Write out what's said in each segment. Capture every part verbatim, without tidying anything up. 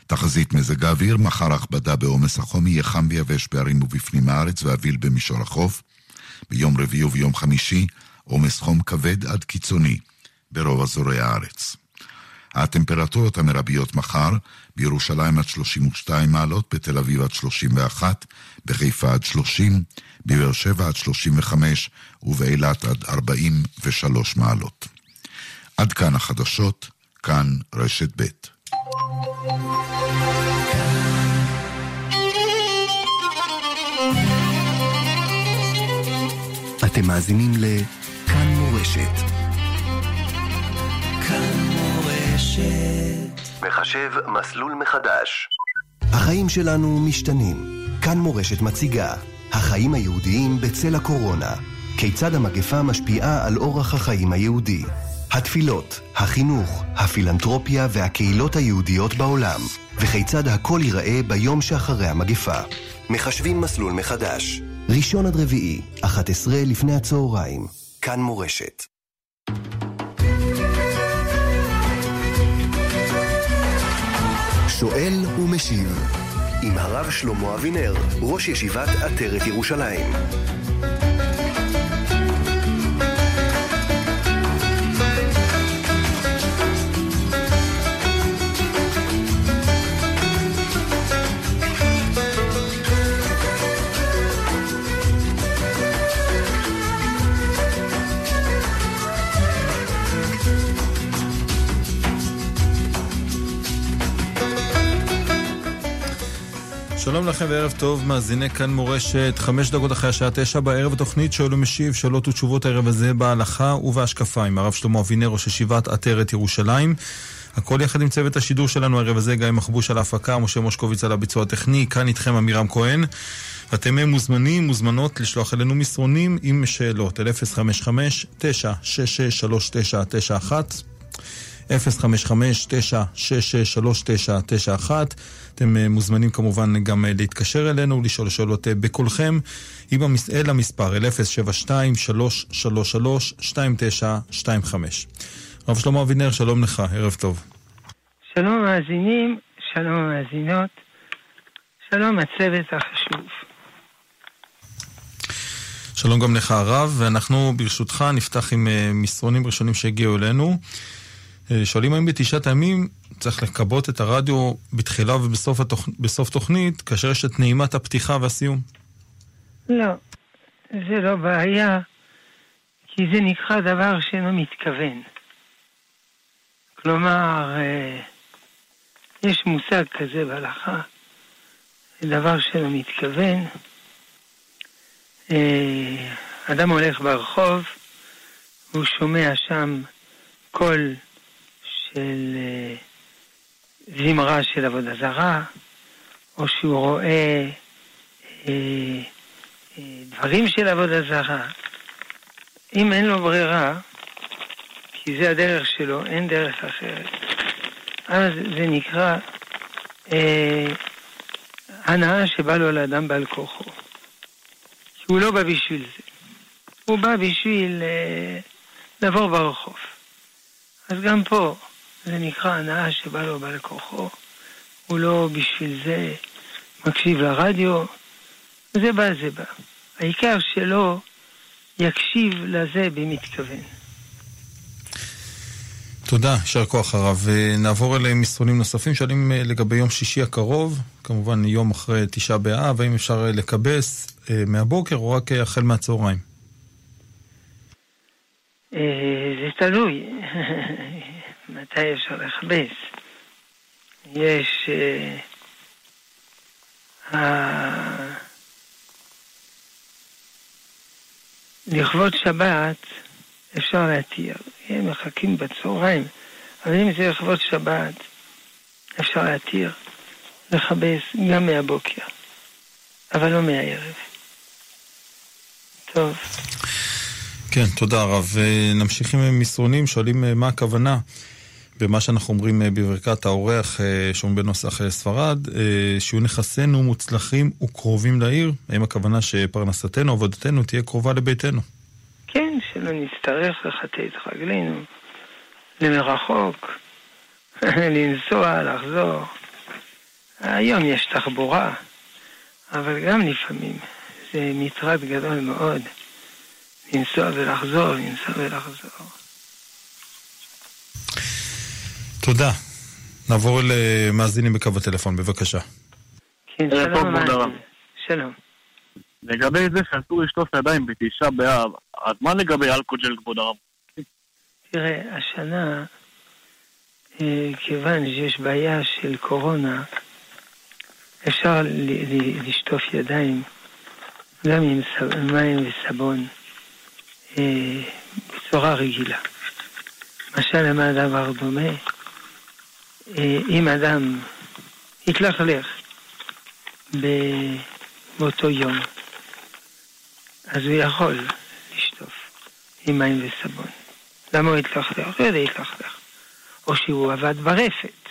תחזית מזג האוויר, מחר הכבדה בעומס החום, יהיה חם ויבש בערים ובפנים הארץ ואביל במישור החוף. ביום רביעי וביום חמישי, עומס חום כבד עד קיצוני ברוב אזורי הארץ. הטמפרטורות המרביות מחר, בירושלים עד שלושים ושתיים מעלות, בתל אביב עד שלושים ואחת, בחיפה עד שלושים, בבאר שבע עד שלושים וחמש, ובאילת עד ארבעים ושלוש מעלות. עד כאן החדשות, כאן רשת ב'. אתם מאזינים לכאן מורשת. כאן מורשת. מחשב מסלול מחדש. החיים שלנו משתנים. כאן מורשת מציגה. החיים היהודיים בצל הקורונה. כיצד המגפה משפיעה על אורח החיים היהודי. התפילות, החינוך, הפילנתרופיה והקהילות היהודיות בעולם. וכיצד הכל ייראה ביום שאחרי המגפה. מחשבים מסלול מחדש. ראשון עד רביעי, אחת עשרה לפני הצהריים. כאן מורשת. שואל ומשיב עם הרב שלמה אבינר, ראש ישיבת עטרת ירושלים. שלום לכם וערב טוב, מאזיני כאן מורשת, חמש דקות אחרי השעה תשע בערב התוכנית שואל ומשיב, שאלות ותשובות הערב הזה בהלכה ובהשקפה עם הרב שלמה אבינר, ראש ישיבת עטרת ירושלים. הכל יחד עם צוות השידור שלנו הערב הזה, גיא מחבוש על ההפקה, משה מושקוביץ על הביצוע הטכני, כאן איתכם אמירם כהן. אתם מוזמנים, מוזמנות לשלוח אלינו מסרונים עם שאלות אל אפס חמש חמש תשע שש שש שלוש תשע תשע אחת אפס חמש חמש תשע שש שש שלוש תשע תשע אחת. אתם מוזמנים כמובן גם להתקשר אלינו, לשאול שאלות בקולכם, אל המספר אל אפס שבע שתיים שלוש שלוש שלוש שתיים תשע שתיים חמש. רב שלמה אבינר, שלום לך, ערב טוב. שלום מאזינים, שלום מאזינות, שלום הצוות החשוב. שלום גם לך הרב, ואנחנו ברשותך נפתח עם מסרונים ראשונים שהגיעו אלינו. שואלים האם בתשעת הימים צריך לקבות את הרדיו בתחילה ובסוף התוכ... בסוף תוכנית, כאשר יש את נעימת הפתיחה והסיום? לא, זה לא בעיה, כי זה נקרא דבר שאינו מתכוון. כלומר, יש מושג כזה בהלכה, דבר שאינו מתכוון. אדם הולך ברחוב, הוא שומע שם קול של זמרה של עבודה זרה, או שהוא רואה אה, אה, דברים של עבודה זרה. אם אין לו ברירה, כי זה הדרך שלו, אין דרך אחרת, אז זה נקרא אה, הנאה שבא לו לאדם בעל כוחו. כי הוא לא בא בשביל זה. הוא בא בשביל אה, לעבור ברחוב. אז גם פה, זה נקרא הנאה שבא לו בעל כוחו, הוא לא בשביל זה מקשיב לרדיו, זה בא, זה בא. העיקר שלא יקשיב לזה במתכוון. תודה, יישר כוח הרב. נעבור אל מסרונים נוספים, שואלים לגבי יום שישי הקרוב, כמובן יום אחרי תשעה באב, האם אפשר לקבס מהבוקר או רק החל מהצהריים? זה תלוי. מתי אפשר לכבס? יש אה, לכבוד שבת אפשר להתיר. הם מחכים בצהריים, אבל אם זה לכבוד שבת אפשר להתיר לכבס גם מהבוקר, אבל לא מהערב. טוב. כן, תודה רב. נמשיך עם מסרונים, שואלים מה הכוונה במה שאנחנו אומרים בברכת האורח, שאומרים בנוסח ספרד, שיהיו נכסינו מוצלחים וקרובים לעיר. האם הכוונה שפרנסתנו, עבודתנו, תהיה קרובה לביתנו? כן, שלא נצטרך לחטא את רגלינו למרחוק, לנסוע, לחזור. היום יש תחבורה, אבל גם לפעמים זה מטרד גדול מאוד, לנסוע ולחזור, לנסוע ולחזור. תודה. נעבור למאזינים בקו הטלפון, בבקשה. כן, שלום מאזין. שלום. לגבי זה שאסור לשטוף ידיים בתשעה באב, אז מה לגבי אלכוג'ל כבוד הרב? תראה, השנה, כיוון שיש בעיה של קורונה, אפשר לשטוף ידיים גם עם מים וסבון בצורה רגילה. למשל, למה הדבר דומה? אם אדם יתלכלך באותו יום, אז הוא יכול לשטוף עם מים וסבון. למה הוא יתלכלך? הוא יודע יתלכלך. או שהוא עבד ברפת.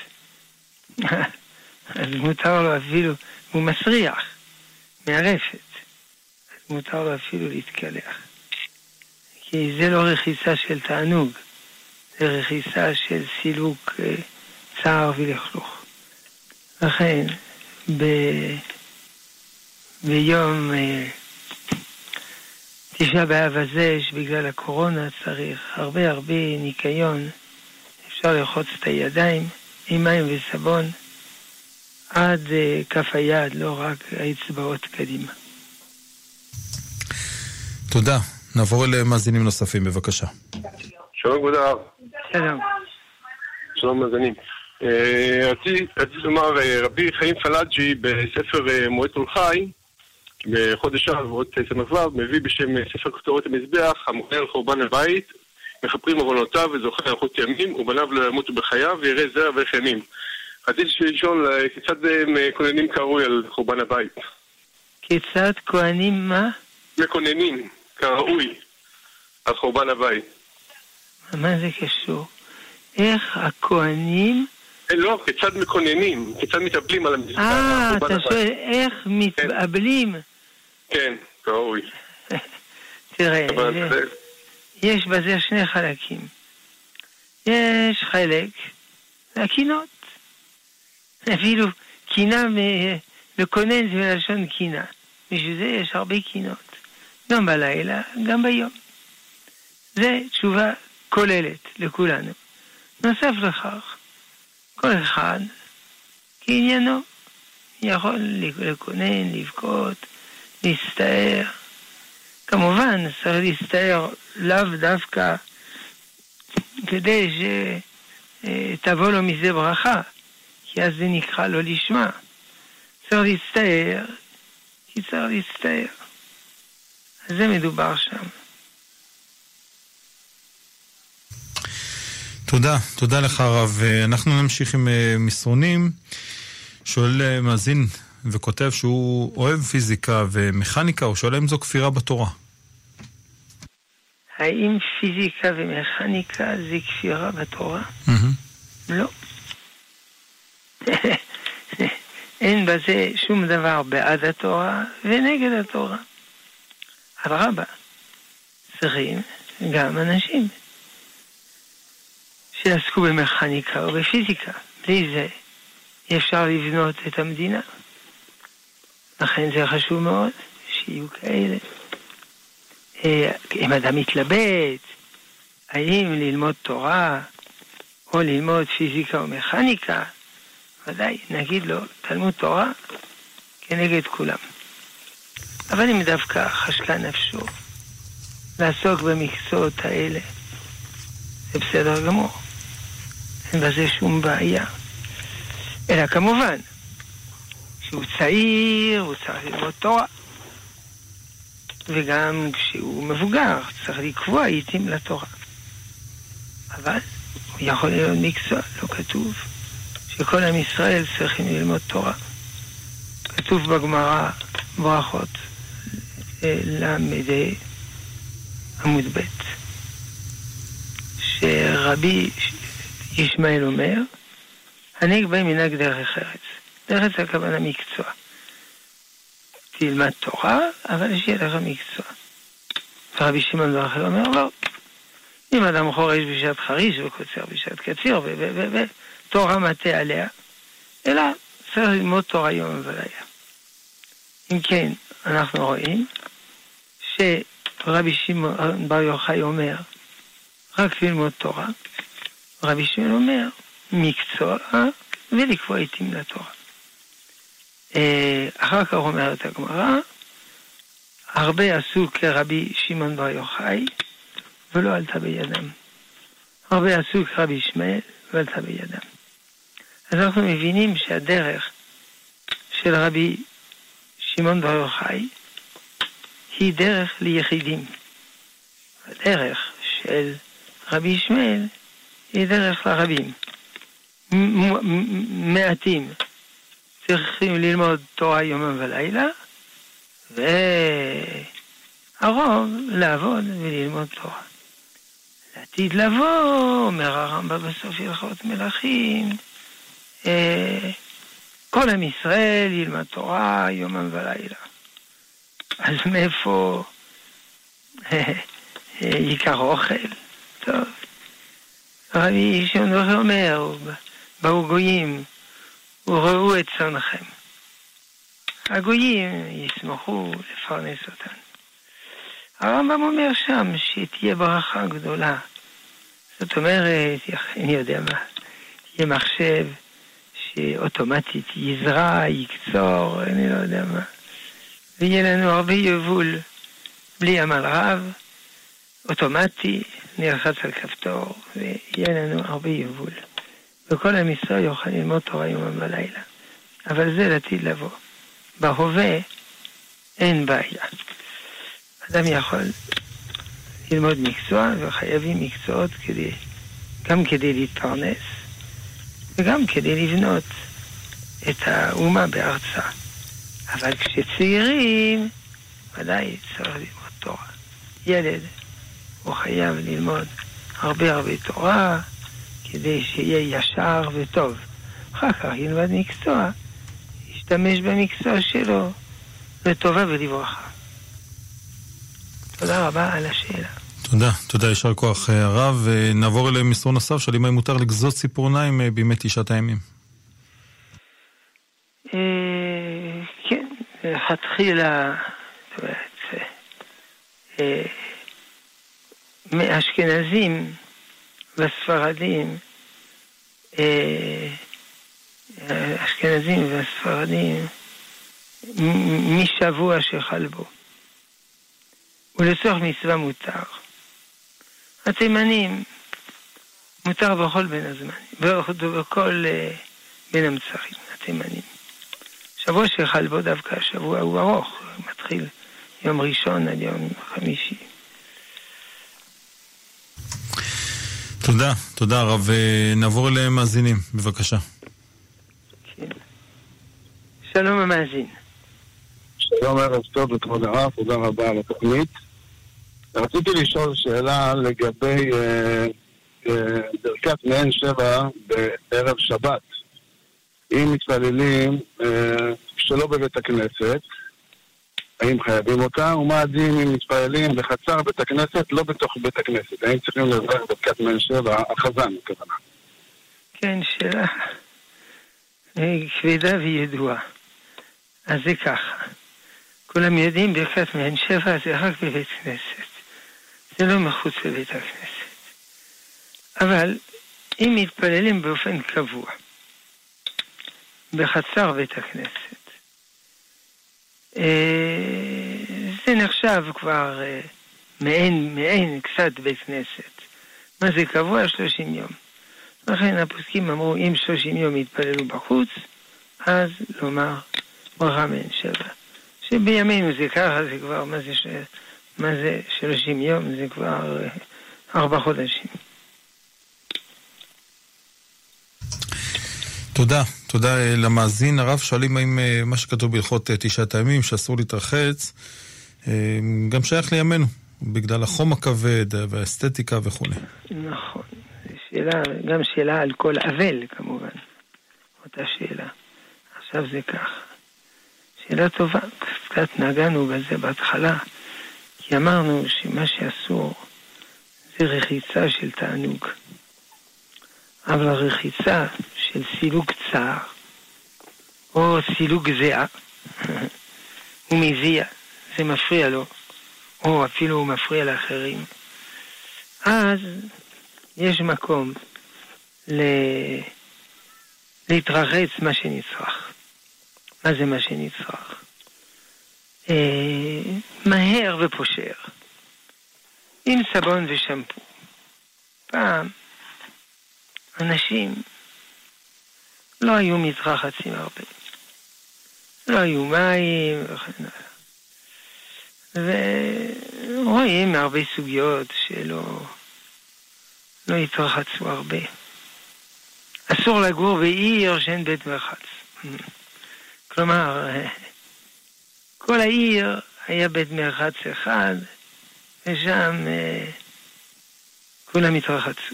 אז מותר לו אפילו, הוא מסריח מהרפת. אז מותר לו אפילו להתקלח. כי זה לא רחיסה של תענוג. זה רחיסה של סילוק צער ולכלוך. לכן, ב... ביום תשעה באב הזה, שבגלל הקורונה צריך הרבה הרבה ניקיון, אפשר לרחוץ את הידיים עם מים וסבון עד כף היד, לא רק האצבעות קדימה. תודה. נעבור למאזינים נוספים, בבקשה. שלום כבוד הרב. שלום. שלום מאזינים. רציתי לומר, רבי חיים פלאג'י בספר מועד תל חי, בחודש אב ועוד סמ"ו, מביא בשם ספר כותרות המזבח, המורה על חורבן הבית, מכפרים עוונותיו וזוכה אריכות ימים, ובניו לא ימותו בחייו ויראה זרע וחיינים. רציתי לשאול כיצד כוננים כראוי על חורבן הבית. כיצד כהנים מה? מקוננים כראוי על חורבן הבית. מה זה קשור? איך הכהנים... לא, כיצד מקוננים, כיצד מתאבלים על המזבח. אה, אתה שואל איך מתאבלים? כן, כראוי. תראה, יש בזה שני חלקים. יש חלק, הקינות. אפילו קינה, לקונן זה מלשון קינה. בשביל זה יש הרבה קינות. גם בלילה, גם ביום. זה תשובה כוללת לכולנו. נוסף לכך, כל אחד כעניינו יכול לקונן, לבכות, להסתער. כמובן, צריך להסתער לאו דווקא כדי שתבוא לו מזה ברכה, כי אז זה נקרא לו לשמה. צריך להסתער, כי צריך להסתער. אז זה מדובר שם. תודה, תודה לך הרב. אנחנו נמשיך עם מסרונים. שואל מאזין וכותב שהוא אוהב פיזיקה ומכניקה, הוא שואל אם זו כפירה בתורה. האם פיזיקה ומכניקה זה כפירה בתורה? לא. אין בזה שום דבר בעד התורה ונגד התורה. אדרבה, צריכים גם אנשים שעסקו במכניקה או בפיזיקה. בלי זה אי אפשר לבנות את המדינה. לכן זה חשוב מאוד שיהיו כאלה. אם אדם מתלבט, האם ללמוד תורה או ללמוד פיזיקה או מכניקה, ודאי נגיד לו תלמוד תורה כנגד כולם. אבל אם דווקא חשקה נפשו לעסוק במקצועות האלה, זה בסדר גמור. אין בזה שום בעיה. אלא כמובן, כשהוא צעיר, הוא צריך ללמוד תורה. וגם כשהוא מבוגר, צריך לקבוע עיתים לתורה. אבל הוא יכול ללמוד מקצוע, לא כתוב שכל עם ישראל צריכים ללמוד תורה. כתוב בגמרא ברכות למדי עמוד ב' שרבי ישמעאל אומר, הנהג בהם מנהג דרך ארץ. דרך ארץ הכוונה מקצוע. תלמד תורה, אבל שיהיה לך מקצוע. ורבי שמעון בר יוחאי אומר, לא. אם אדם חורש בשעת חריש וקוצר בשעת קציר, ותורה מטה עליה, אלא צריך ללמוד תורה יום ולילה. אם כן, אנחנו רואים שרבי שמעון בר יוחאי אומר רק ללמוד תורה, רבי שמעון אומר מקצוע ולקבוע עיתים לתורה. אחר כך אומרת הגמרא, הרבה עשו כרבי שמעון בר יוחאי ולא עלתה בידם. הרבה עשו כרבי ישמעאל ועלתה בידם. אז אנחנו מבינים שהדרך של רבי שמעון בר יוחאי היא דרך ליחידים. הדרך של רבי ישמעאל היא דרך לרבים. מעטים צריכים ללמוד תורה יומם ולילה, והרוב לעבוד וללמוד תורה. לעתיד לבוא, אומר הרמב"ם בסוף הלכות מלכים, כל עם ישראל ילמד תורה יומם ולילה. אז מאיפה ייקח אוכל? טוב. רבי שמעון אומר, באו גויים וראו את צאנכם. הגויים ישמחו לפרנס אותן. הרמב"ם אומר שם שתהיה ברכה גדולה. זאת אומרת, אני יודע מה, תהיה מחשב שאוטומטית יזרע, יקצור, אני לא יודע מה. ויהיה לנו הרבה יבול בלי עמל רב, אוטומטי, נלחץ על כפתור, ויהיה לנו הרבה יבול. וכל עם ישראל יוכל ללמוד תורה יומם ולילה. אבל זה לעתיד לבוא. בהווה אין בעיה. אדם יכול ללמוד מקצוע, וחייבים מקצועות כדי, גם כדי להתפרנס, וגם כדי לבנות את האומה בארצה. אבל כשצעירים, ודאי צריך ללמוד תורה. ילד, הוא חייב ללמוד הרבה הרבה תורה, כדי שיהיה ישר וטוב. אחר כך ילמד מקצוע, ישתמש במקצוע שלו, לטובה ולברכה. תודה רבה על השאלה. תודה, תודה, ישר כוח הרב. נעבור אליהם מסרון נוסף, שואלים אם מותר לגזות ציפורניים בימי תשעת הימים. כן, התחילה, זאת אומרת, מאשכנזים וספרדים, אשכנזים וספרדים, משבוע שחל בו. ולצורך מצווה מותר. התימנים מותר בכל בין הזמנים, בכל בין המצרים, התימנים. שבוע שחל בו דווקא השבוע הוא ארוך, מתחיל יום ראשון עד יום חמישי. תודה, תודה רב. נעבור אליהם מאזינים, בבקשה. כן. שלום המאזין. שלום, ערב טוב לכבוד הרב, תודה רבה על התוכנית. רציתי לשאול שאלה לגבי אה, אה, ברכת מעין שבע בערב שבת. אם מתפללים אה, שלא בבית הכנסת, האם חייבים אותה? ומה הדין אם מתפללים בחצר בית הכנסת, לא בתוך בית הכנסת? האם צריכים לברך ברכת מעין שבע, החזן, כוונה? כן, שאלה כבדה וידועה. אז זה ככה. כולם יודעים ברכת מעין שבע זה רק בבית כנסת. זה לא מחוץ לבית הכנסת. אבל אם מתפללים באופן קבוע בחצר בית הכנסת, זה נחשב כבר מעין, מעין קצת בית כנסת. מה זה קבוע? שלושים יום. לכן הפוסקים אמרו, אם שלושים יום יתפללו בחוץ, אז לומר ברכה מעין שבע. שבימינו זה ככה, זה כבר, מה זה, ש... מה זה שלושים יום? זה כבר ארבע חודשים. תודה, תודה למאזין. הרב, שואלים האם מה שכתוב בהלכות תשעת הימים, שאסור להתרחץ, גם שייך לימינו, בגלל החום הכבד והאסתטיקה וכו'. נכון, שאלה, גם שאלה על כל אבל כמובן, אותה שאלה. עכשיו זה כך. שאלה טובה, קצת נגענו בזה בהתחלה, כי אמרנו שמה שאסור זה רחיצה של תענוג. אבל הרחיצה של סילוק צער, או סילוק זיעה, הוא מזיע, זה מפריע לו, או אפילו הוא מפריע לאחרים, אז יש מקום ל... להתרחץ מה שנצרך. מה זה מה שנצרך? אה, מהר ופושר, עם סבון ושמפו. פעם אנשים לא היו מתרחצים הרבה, לא היו מים וכן הלאה, ורואים הרבה סוגיות שלא לא התרחצו הרבה. אסור לגור בעיר שאין בית מרחץ. כלומר, כל העיר היה בית מרחץ אחד, ושם כולם התרחצו.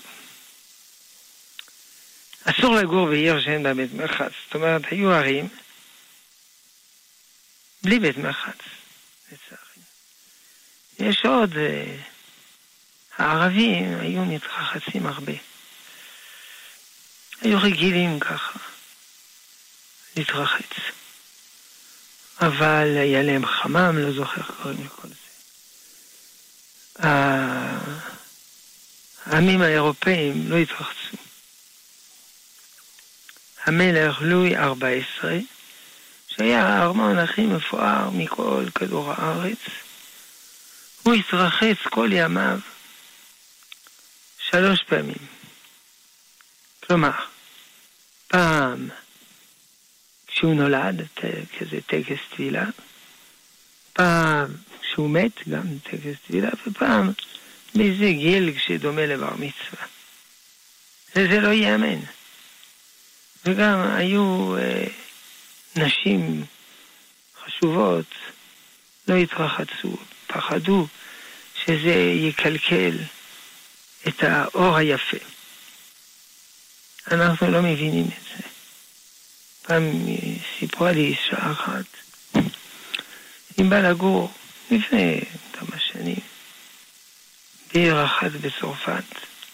אסור לגור בעיר שאין בה בית מרחץ. זאת אומרת, היו ערים בלי בית מרחץ, לצערי. יש עוד, הערבים היו מתרחצים הרבה. היו רגילים ככה להתרחץ. אבל היה להם חמם, לא זוכר קוראים לכל זה. העמים האירופאים לא התרחצו. המלך לואי ארבע עשרה, שהיה הארמון הכי מפואר מכל כדור הארץ, הוא התרחץ כל ימיו שלוש פעמים. כלומר, פעם כשהוא נולד, כזה טקס תפילה, פעם כשהוא מת, גם טקס תפילה, ופעם באיזה גיל כשדומה לבר מצווה. וזה לא ייאמן. וגם היו אה, נשים חשובות, לא התרחצו, פחדו שזה יקלקל את האור היפה. אנחנו לא מבינים את זה. פעם סיפרה לי אישה אחת, היא באה לגור לפני כמה שנים בעיר אחת בצרפת,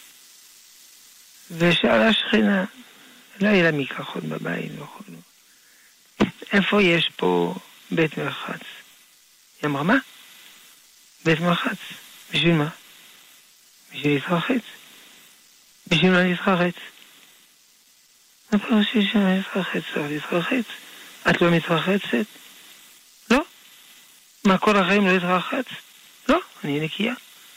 ושאלה שכנה, לא היה לה מקלחות בבית וכו', איפה יש פה בית מרחץ? היא אמרה, מה? בית מרחץ? בשביל מה? בשביל להתרחץ. בשביל מה להתרחץ? אבל בשביל שמה להתרחץ, צריך להתרחץ. את לא מתרחצת? לא. מה, כל החיים לא להתרחץ? לא, אני נקייה.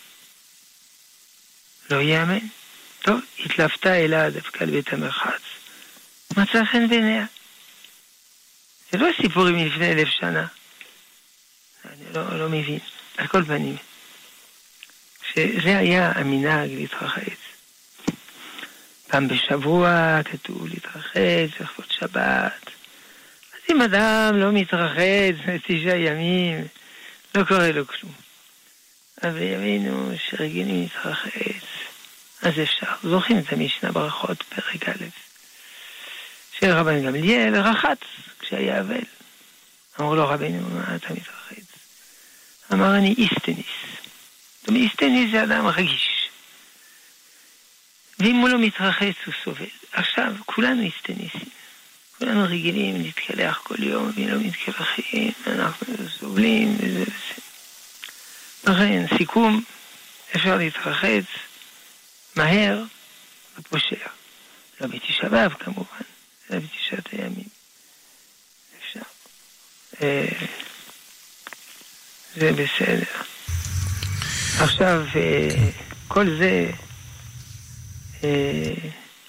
לא יאמן. טוב, התלפתה אליה דווקא לבית המרחץ. מצא חן בעיניה. זה לא סיפורים מלפני אלף שנה. אני לא, לא מבין. על כל פנים. שזה היה המנהג להתרחץ. פעם בשבוע כתוב להתרחץ, לכבוד שבת. אז אם אדם לא מתרחץ תשעה ימים, לא קורה לו כלום. אבל ימינו שרגילים להתרחץ, אז אפשר. זוכרים את המשנה ברכות פרק א', של רבן גמליאל רחץ כשהיה אבל. אמרו לו, רבנו, מה אתה מתרחץ? אמר, אני איסטניס. זאת אומרת, איסטניס זה אדם רגיש. ואם הוא לא מתרחץ הוא סובל. עכשיו, כולנו איסטניסים. כולנו רגילים להתקלח כל יום, ואם לא מתקלחים, אנחנו סובלים, וזה וזה. לכן, סיכום, אפשר להתרחץ מהר ופושע. לא בתשעה באב כמובן, אלא בתשעת הימים. אפשר. אה, זה בסדר. עכשיו, אה, כל זה, אה,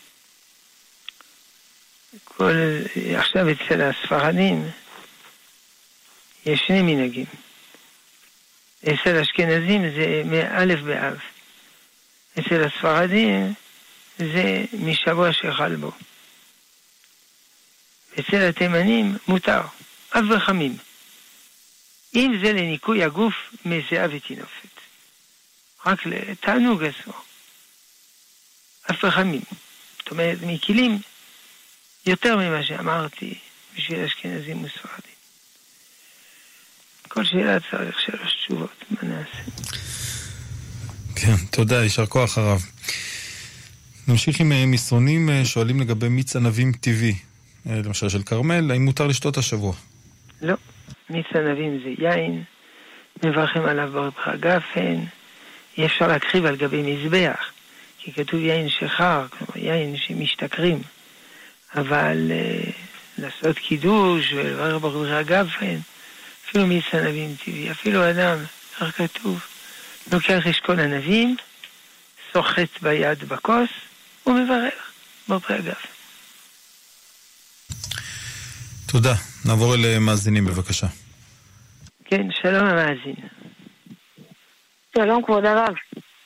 כל, עכשיו אצל הספרדים יש שני מנהגים. אצל אשכנזים זה מאלף באב. אצל הספרדים זה משבוע שחל בו. אצל התימנים מותר, אב וחמים. אם זה לניקוי הגוף מזיעה ותינופת. רק לתענוג עצמו. אב וחמים. זאת אומרת, מקילים יותר ממה שאמרתי בשביל אשכנזים וספרדים. כל שאלה צריך שלוש תשובות, מה נעשה? כן, תודה, יישר כוח הרב. נמשיך עם מסרונים, שואלים לגבי מיץ ענבים טבעי. למשל של קרמל, האם מותר לשתות השבוע? לא. מיץ ענבים זה יין, מברכים עליו ברכה גפן, אי אפשר להקריב על גבי מזבח, כי כתוב יין שחר, כלומר יין שמשתכרים, אבל uh, לעשות קידוש ולברך ברכה גפן, אפילו מיץ ענבים טבעי, אפילו אדם, כך כתוב, לוקח אשכול ענבים, סוחט ביד בכוס, ומברך ברכה גפן. תודה. נעבור אל מאזינים בבקשה. כן, שלום המאזין. שלום כבוד הרב.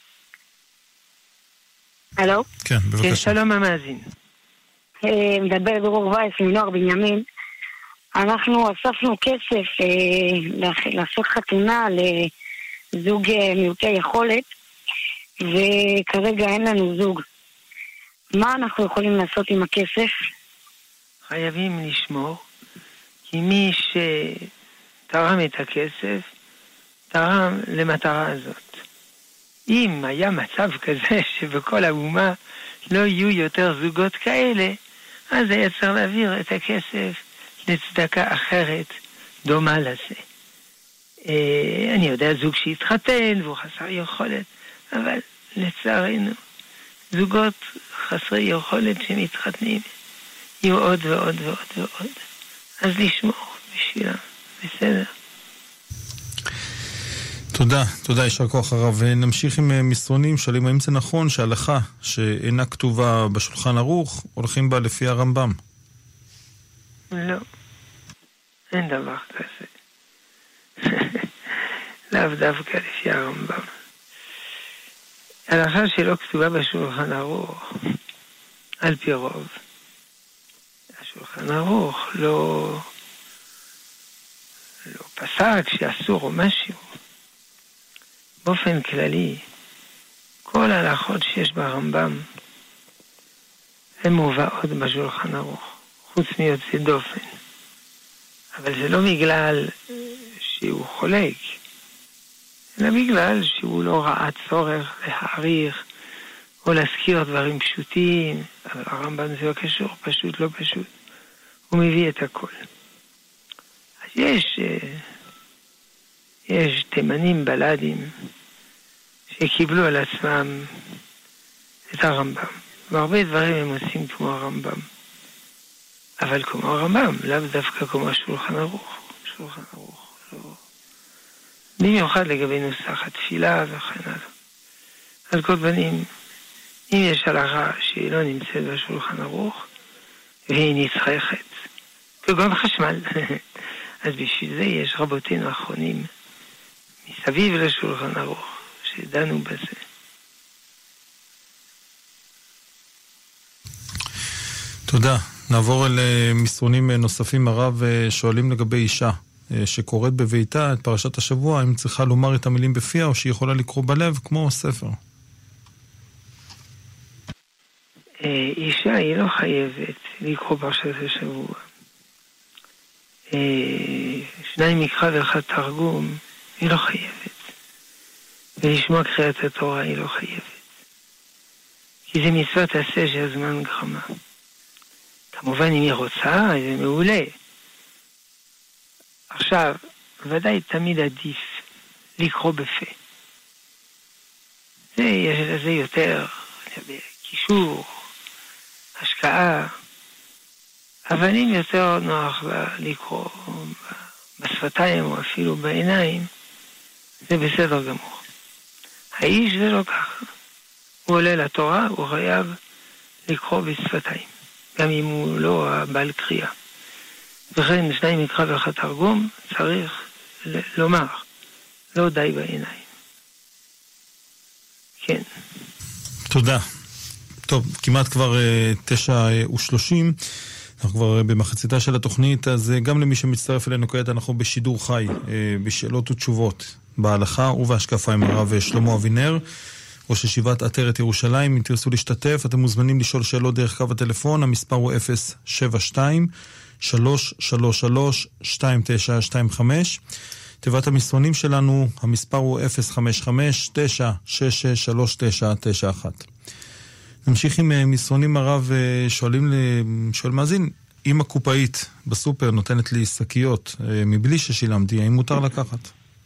הלו? כן, בבקשה. כן, שלום המאזין. מדבר דרור וייס מנוער בנימין. אנחנו אספנו כסף לעשות חתונה לזוג מיעוטי יכולת, וכרגע אין לנו זוג. מה אנחנו יכולים לעשות עם הכסף? חייבים לשמור, כי מי שתרם את הכסף, תרם למטרה הזאת. אם היה מצב כזה שבכל האומה לא יהיו יותר זוגות כאלה, אז היה צריך להעביר את הכסף לצדקה אחרת דומה לזה. אני יודע זוג שהתחתן והוא חסר יכולת, אבל לצערנו זוגות חסרי יכולת שמתחתנים יהיו עוד ועוד ועוד ועוד. אז לשמור בשבילם, בסדר. תודה, תודה, ישר כוח הרב. נמשיך עם מסרונים, שואלים האם זה נכון שההלכה שאינה כתובה בשולחן ערוך, הולכים בה לפי הרמב"ם? לא, אין דבר כזה. לאו דווקא לפי הרמב"ם. ההלכה שלא כתובה בשולחן ערוך, על פי רוב. השולחן ערוך לא, לא פסק שאסור או משהו. באופן כללי, כל ההלכות שיש ברמב"ם הן מובאות בשולחן ערוך, חוץ מיוצא דופן. אבל זה לא בגלל שהוא חולק, אלא בגלל שהוא לא ראה צורך להעריך או להזכיר דברים פשוטים, אבל הרמב"ם זה לא קשור, פשוט לא פשוט. הוא מביא את הכל. אז יש, יש תימנים בלדים שקיבלו על עצמם את הרמב"ם. והרבה דברים הם עושים כמו הרמב"ם. אבל כמו הרמב"ם, לאו דווקא כמו השולחן ערוך. שולחן ערוך, לא. במיוחד לגבי נוסח התפילה וכן הלאה. על כל פנים, אם יש הלכה שהיא לא נמצאת בשולחן ערוך, והיא נצרכת, כגון חשמל, אז בשביל זה יש רבותינו האחרונים מסביב לשולחן ערוך, שדנו בזה. תודה. נעבור אל מסרונים נוספים. הרב שואלים לגבי אישה שקוראת בביתה את פרשת השבוע, אם צריכה לומר את המילים בפיה או שהיא יכולה לקרוא בלב כמו ספר. אישה היא לא חייבת לקרוא פרשת השבוע. שניים מקרא ואחד תרגום, היא לא חייבת. ולשמוע קריאת התורה היא לא חייבת. כי זה מצוות עשה שהזמן גרמה. כמובן אם היא רוצה, זה מעולה. עכשיו, ודאי תמיד עדיף לקרוא בפה. זה יש לזה יותר קישור, השקעה, אבל אם יותר נוח לקרוא בשפתיים או אפילו בעיניים, זה בסדר גמור. האיש זה לא ככה. הוא עולה לתורה, הוא חייב לקרוא בשפתיים, גם אם הוא לא הבעל קריאה. וכן שניים מקרא ואחד תרגום, צריך ל- לומר, לא די בעיניים. כן. תודה. טוב, כמעט כבר uh, תשע ושלושים, אנחנו כבר uh, במחציתה של התוכנית, אז uh, גם למי שמצטרף אלינו כעת, אנחנו בשידור חי, uh, בשאלות ותשובות, בהלכה ובהשקפה עם הרב שלמה אבינר, ראש ישיבת עטרת ירושלים. אם תרצו להשתתף, אתם מוזמנים לשאול שאלות דרך קו הטלפון, המספר הוא אפס שבע שתיים שלוש שלוש שלוש שתיים תשע שתיים חמש. תיבת המסרונים שלנו, המספר הוא אפס חמש חמש תשע שש שש שלוש תשע תשע אחת. נמשיך עם מסרונים. הרב שואלים, שואל מאזין, אם הקופאית בסופר נותנת לי שקיות מבלי ששילמתי, האם מותר לקחת?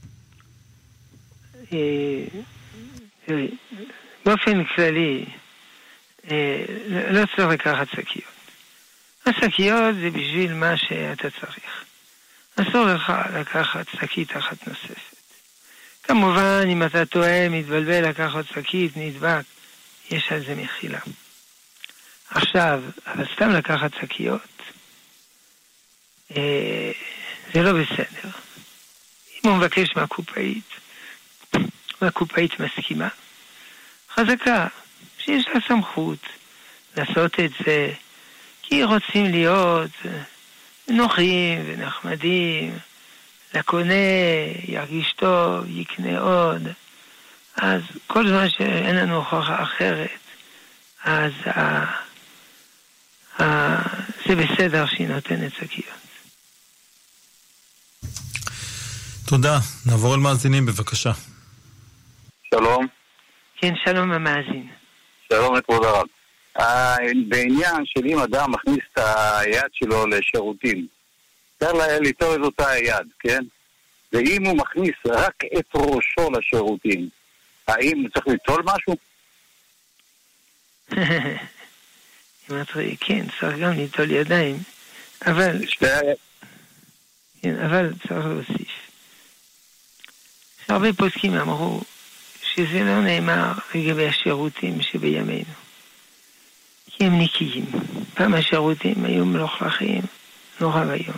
באופן כללי, לא צריך לקחת שקיות. השקיות זה בשביל מה שאתה צריך. אסור לך לקחת שקית אחת נוספת. כמובן, אם אתה טועה, מתבלבל לקחת שקית, נדבק, יש על זה מחילה. עכשיו, אבל סתם לקחת שקיות, אה, זה לא בסדר. אם הוא מבקש מהקופאית, והקופאית מסכימה, חזקה, שיש לה סמכות לעשות את זה, כי רוצים להיות נוחים ונחמדים, לקונה ירגיש טוב, יקנה עוד. אז כל זמן שאין לנו הוכחה אחרת, אז ה... ה... זה בסדר שהיא נותנת שקיות. תודה. נעבור על מאזינים בבקשה. שלום. כן, שלום המאזין. שלום לכבוד הרב. בעניין של אם אדם מכניס את היד שלו לשירותים, צריך ליטול את אותה היד, כן? ואם הוא מכניס רק את ראשו לשירותים, האם הוא צריך ליטול משהו? כן, צריך גם ליטול ידיים, אבל כן, אבל צריך להוסיף. הרבה פוסקים אמרו שזה לא נאמר לגבי השירותים שבימינו, כי הם נקיים. פעם השירותים היו מלוכלכים נורא ויום.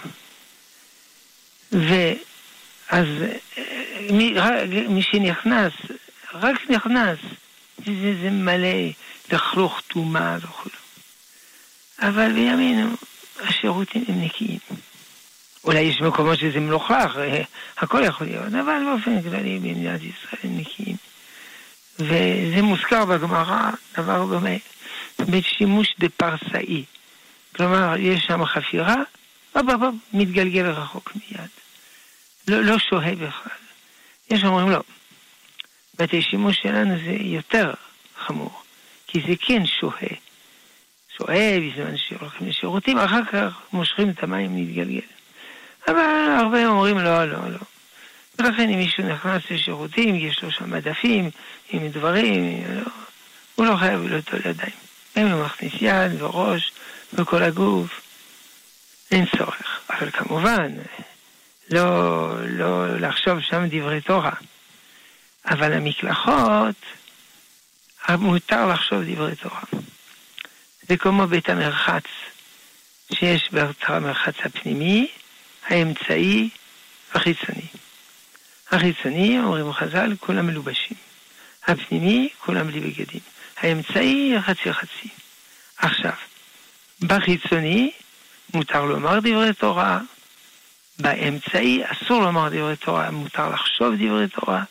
ואז מי, מי שנכנס, רק נכנס, זה, זה מלא לחלוך תומה וכו'. אבל בימינו השירותים הם נקיים. אולי יש מקומות שזה מלוכלך, הכל יכול להיות, אבל באופן כללי במדינת ישראל הם נקיים. וזה מוזכר בגמרא, דבר דומה, בשימוש דפרסאי. כלומר, יש שם חפירה, בוב, בוב, מתגלגל רחוק מיד. לא, לא שוהה בכלל. יש אומרים לא. בתי שימוש שלנו זה יותר חמור, כי זה כן שוהה. שוהה בזמן שהולכים לשירותים, אחר כך מושכים את המים להתגלגל. אבל הרבה אומרים לא, לא, לא. ולכן אם מישהו נכנס לשירותים, יש לו שם מדפים עם דברים, לא, הוא לא חייב ליטול ידיים. אם הוא מכניס יד וראש וכל הגוף, אין צורך. אבל כמובן, לא, לא לחשוב שם דברי תורה. אבל המקלחות, מותר לחשוב דברי תורה. זה כמו בית המרחץ, שיש במרחץ הפנימי, האמצעי החיצוני. החיצוני, אומרים חז"ל, כולם מלובשים. הפנימי, כולם בלי בגדים. האמצעי, חצי חצי. עכשיו, בחיצוני, מותר לומר דברי תורה, באמצעי, אסור לומר דברי תורה, מותר לחשוב דברי תורה,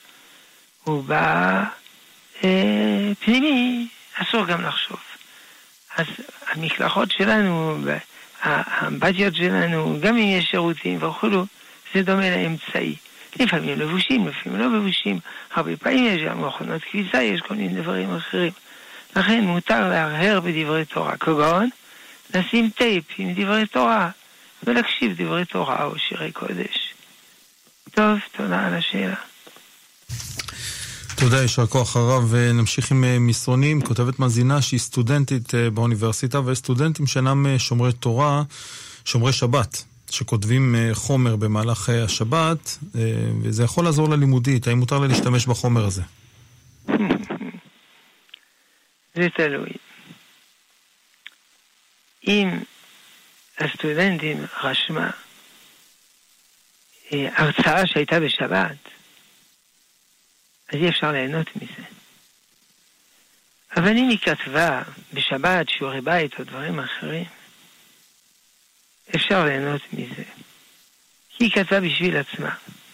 ובפנימי, אסור גם לחשוב. אז המקלחות שלנו, האמבטיות שלנו, גם אם יש שירותים וכולו, זה דומה לאמצעי. לפעמים לבושים, לפעמים לא לבושים, הרבה פעמים יש גם מכונות כביסה, יש כל מיני דברים אחרים. לכן מותר להרהר בדברי תורה, כגון לשים טייפ עם דברי תורה, ולהקשיב דברי תורה או שירי קודש. טוב, תודה על השאלה. תודה, ישר כוח הרב. נמשיך עם מסרונים. כותבת מאזינה שהיא סטודנטית באוניברסיטה, ויש סטודנטים שאינם שומרי תורה, שומרי שבת, שכותבים חומר במהלך השבת, וזה יכול לעזור ללימודית. האם מותר לה להשתמש בחומר הזה? זה תלוי. אם הסטודנטים רשמה הרצאה שהייתה בשבת, אז אי אפשר ליהנות מזה. אבל אם היא כתבה בשבת שיעורי בית או דברים אחרים, אפשר ליהנות מזה. כי היא כתבה בשביל עצמה.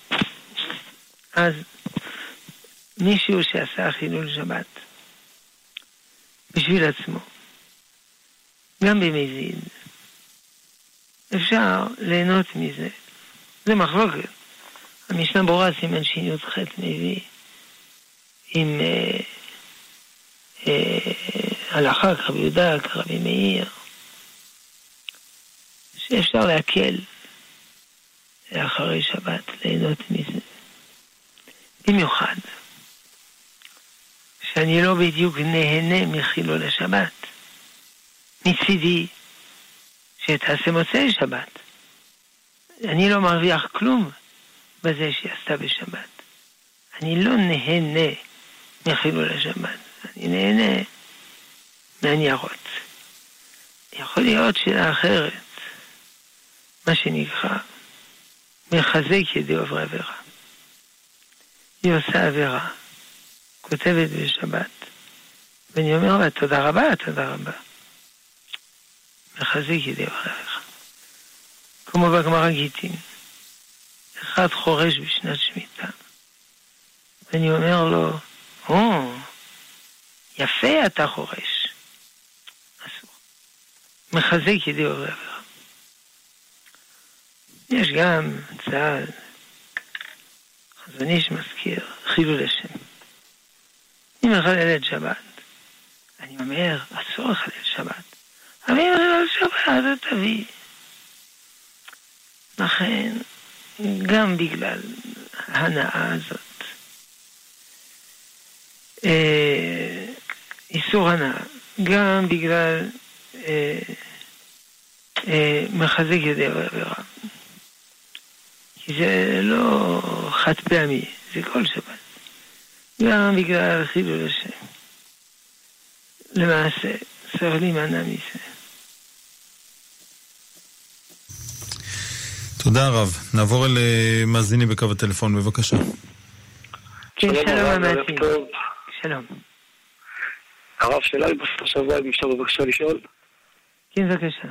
אז מישהו שעשה חילול שבת בשביל עצמו, גם במזיד, אפשר ליהנות מזה. זה מחלוקת. המשנה ברורה סימן שיניות חטא מביא עם אה, אה, הלכה כרבי יהודה, כרבי מאיר. שאפשר להקל לאחרי שבת, ליהנות מזה. במיוחד, שאני לא בדיוק נהנה מחילול השבת. מצידי, שתעשה מוצאי שבת. אני לא מרוויח כלום בזה שהיא עשתה בשבת. אני לא נהנה מחילול השבת. אני נהנה מהניירות. יכול להיות שאלה אחרת, מה שנקרא, מחזק ידי עוברי עבירה. היא עושה עבירה, כותבת בשבת, ואני אומר לה, תודה רבה, תודה רבה. מחזק ידי עוברי עבירה. כמו בגמרא גיטין, אחד חורש בשנת שמיטה, ואני אומר לו, או, יפה אתה חורש. אסור. מחזק ידי עוברי עבירה. יש גם צעד, חזון איש מזכיר, חילול השם. אני מחלל את שבת. אני אומר, אסור לחלל שבת. אבל אם זה שבת, אז תביא. לכן, גם בגלל ההנאה הזאת, אה, איסור הנאה, גם בגלל אה, אה, מחזק ידי עבירה. כי זה לא חד פעמי, זה כל שבת. גם בגלל חילול השם. למעשה, צריך להימנע מזה. תודה רב. נעבור אל מאזיני בקו הטלפון, בבקשה. כן, שלום אמתי. שלום. הרב, שאלה לי בסוף השבוע, אם אפשר בבקשה לשאול? כן, בבקשה.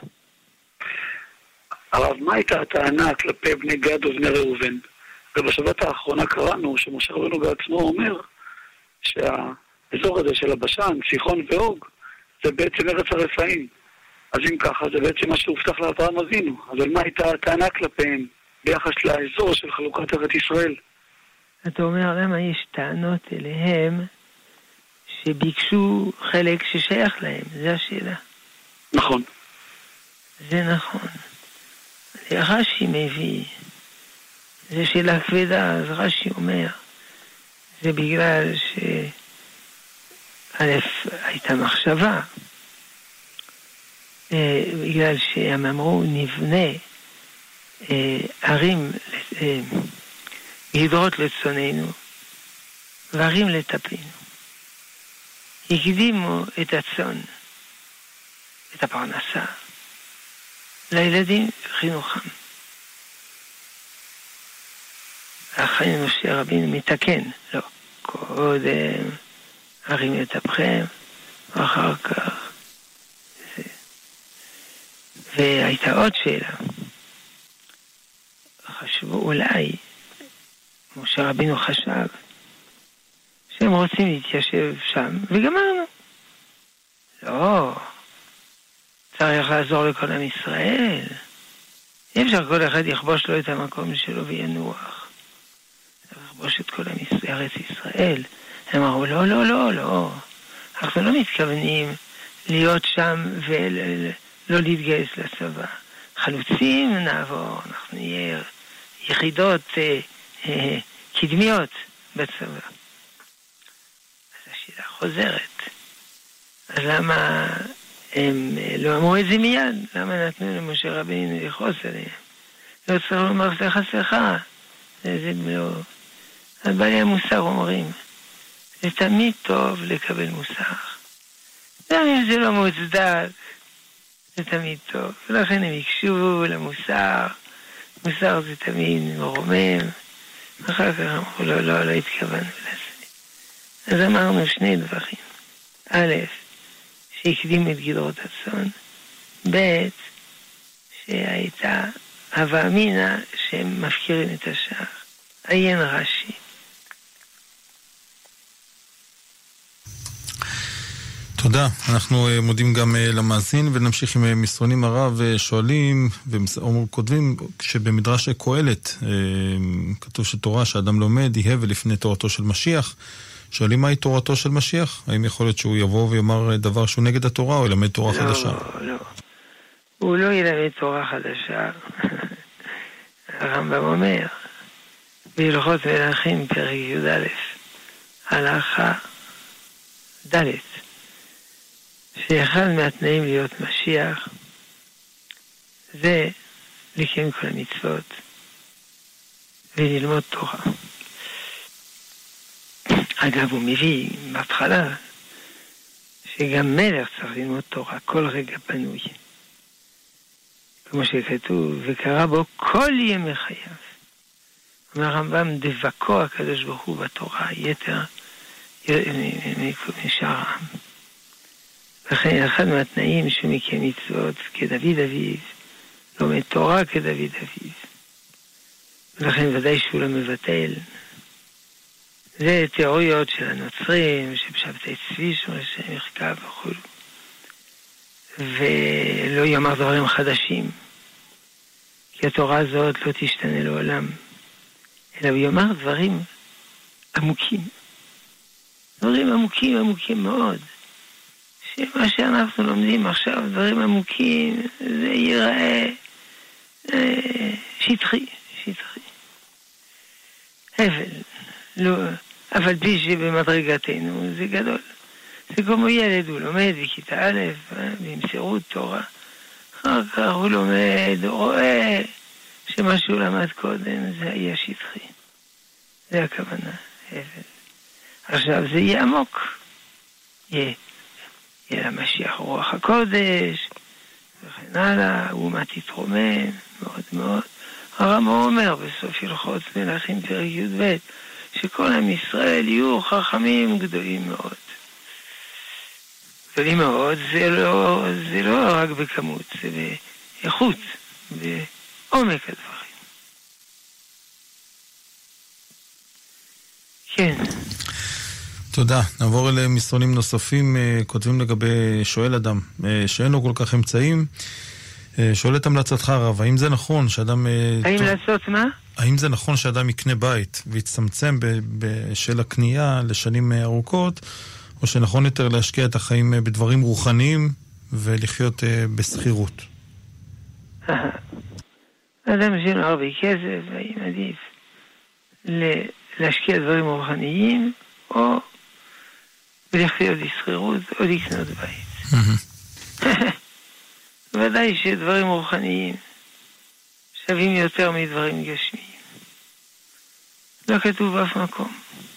הרב, מה הייתה הטענה כלפי בני גד ובני ראובן? ובשבת האחרונה קראנו שמשה רבנו בעצמו אומר שהאזור הזה של הבשן, סיחון ואוג, זה בעצם ארץ הרפאים. אז אם ככה, זה בעצם מה שהובטח לאברהם אבינו. אבל מה הייתה הטענה כלפיהם ביחס לאזור של חלוקת ארץ ישראל? אתה אומר, למה יש טענות אליהם שביקשו חלק ששייך להם? זה השאלה. נכון. זה נכון. רש"י מביא, זה שאלה כבדה, אז רש"י אומר, זה בגלל ש... א', הייתה מחשבה, בגלל שהם אמרו, נבנה ערים, גדרות לצוננו, וערים לטפינו. הקדימו את הצאן, את הפרנסה, לילדים חינוכם. אחרי משה רבינו מתקן, לא, קודם ערים לטפכם, ואחר כך זה. והייתה עוד שאלה. חשבו אולי, משה רבינו חשב, שהם רוצים להתיישב שם, וגמרנו. לא, צריך לעזור לכל עם ישראל. אי אפשר כל אחד יכבוש לו את המקום שלו וינוח. צריך לכבוש את כל עם ישראל, ארץ ישראל. הם אמרו, לא, לא, לא, לא. אנחנו לא מתכוונים להיות שם ולא להתגייס לצבא. חלוצים נעבור, אנחנו נהיה יחידות אה, אה, קדמיות בצבא. אז השאלה חוזרת. אז למה הם לא אמרו את זה מיד? למה נתנו למשה רבינו לכעוס עליהם? לא צריך לומר סליחה סליחה. זה, זה לא... אז בעלי המוסר אומרים, זה תמיד טוב לקבל מוסר. גם אם זה לא מוצדק, זה תמיד טוב. ולכן הם יקשו למוסר. מוסר זה תמיד מרומם. אחר כך אמרו, לא, לא, לא התכוונו לזה. אז אמרנו שני דברים. א', שהקדים את גדרות הצאן. ב', שהייתה הווה אמינא שהם מפקירים את השאר. עיין רש"י. תודה. אנחנו מודים גם למאזין ונמשיך עם מסרונים. הרב שואלים וכותבים שבמדרש קהלת כתוב שתורה שאדם לומד יהיה ולפני תורתו של משיח. שואלים מהי תורתו של משיח? האם יכול להיות שהוא יבוא ויאמר דבר שהוא נגד התורה או ילמד תורה לא, חדשה? לא. הוא לא ילמד תורה חדשה. הרמב"ם אומר, בהלכות מלכים פרק י"א, הלכה ד', שאחד מהתנאים להיות משיח זה לקיים כל המצוות וללמוד תורה. אגב, הוא מביא בהתחלה שגם מלך צריך ללמוד תורה כל רגע פנוי. כמו שכתוב, וקרא בו כל ימי חייו. אומר הרמב"ם, דבקו הקדוש ברוך הוא בתורה יתר משאר העם. לכן אחד מהתנאים שמקיים מצוות כדוד אביו, לומד תורה כדוד אביו. ולכן ודאי שהוא לא מבטל. זה תיאוריות של הנוצרים, שבשבתי צבי שמרשם יחקה וכו'. ולא יאמר דברים חדשים, כי התורה הזאת לא תשתנה לעולם, אלא הוא יאמר דברים עמוקים. דברים עמוקים, עמוקים מאוד. שמה שאנחנו לומדים עכשיו, דברים עמוקים, זה ייראה אה, שטחי, שטחי. אבל, לא, אבל בי שבמדרגתנו זה גדול. זה כמו ילד, הוא לומד בכיתה א', במסירות תורה. אחר כך הוא לומד, הוא רואה שמה שהוא למד קודם זה היה שטחי. זה הכוונה, אבל. עכשיו זה יהיה עמוק. יהיה. יהיה למשיח רוח הקודש, וכן הלאה, אומה תתרומם, מאוד מאוד. הרמב"ם אומר בסוף הלכות מלכים פרק י"ב, שכל עם ישראל יהיו חכמים גדולים מאוד. גדולים מאוד, זה לא, זה לא רק בכמות, זה באיכות, בעומק הדברים. כן. תודה. נעבור אל מסרונים נוספים. כותבים לגבי שואל אדם שאין לו כל כך אמצעים. שואל את המלצתך הרב, האם זה נכון שאדם... האם לעשות מה? האם זה נכון שאדם יקנה בית ויצטמצם בשל הקנייה לשנים ארוכות, או שנכון יותר להשקיע את החיים בדברים רוחניים ולחיות בסחירות? אדם שאין לו הרבה כסף, האם עדיף להשקיע דברים רוחניים, או ולחיות בסחירות, או לקנות בית. ודאי שדברים רוחניים שווים יותר מדברים גשמיים. לא כתוב באף מקום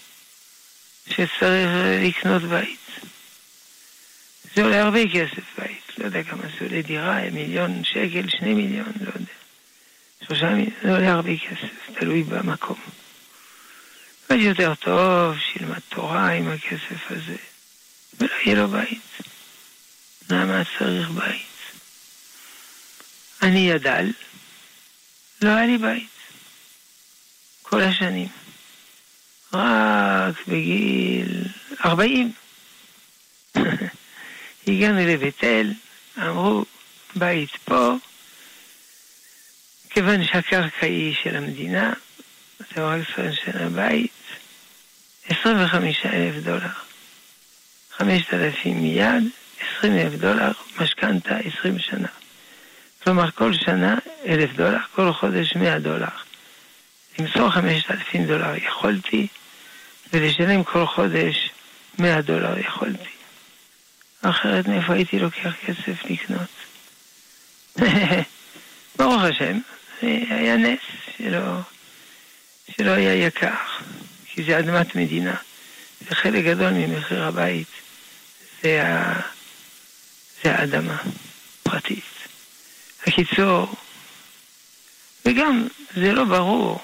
שצריך לקנות בית. זה עולה הרבה כסף בית. לא יודע כמה זה עולה דירה, מיליון שקל, שני מיליון, לא יודע. שלושה מיליון, זה עולה הרבה כסף, תלוי במקום. אבל יותר טוב שילמד תורה עם הכסף הזה, ולא יהיה לו בית. למה צריך בית? אני ידל, לא היה לי בית. כל השנים. רק בגיל ארבעים. הגענו לבית אל, אמרו, בית פה, כיוון שהקרקע היא של המדינה, זה רק עשרים שנה בית, עשרים וחמישה אלף דולר. חמשת אלפים מיד, עשרים אלף דולר, משכנתה עשרים שנה. כלומר, כל שנה אלף דולר, כל חודש מאה דולר. למסור חמשת אלפים דולר יכולתי, ולשלם כל חודש מאה דולר יכולתי. אחרת מאיפה הייתי לוקח כסף לקנות? ברוך השם, היה נס שלא, שלא היה יקר, כי זה אדמת מדינה. וחלק גדול ממחיר הבית זה, ה... זה האדמה פרטית. הקיצור, וגם זה לא ברור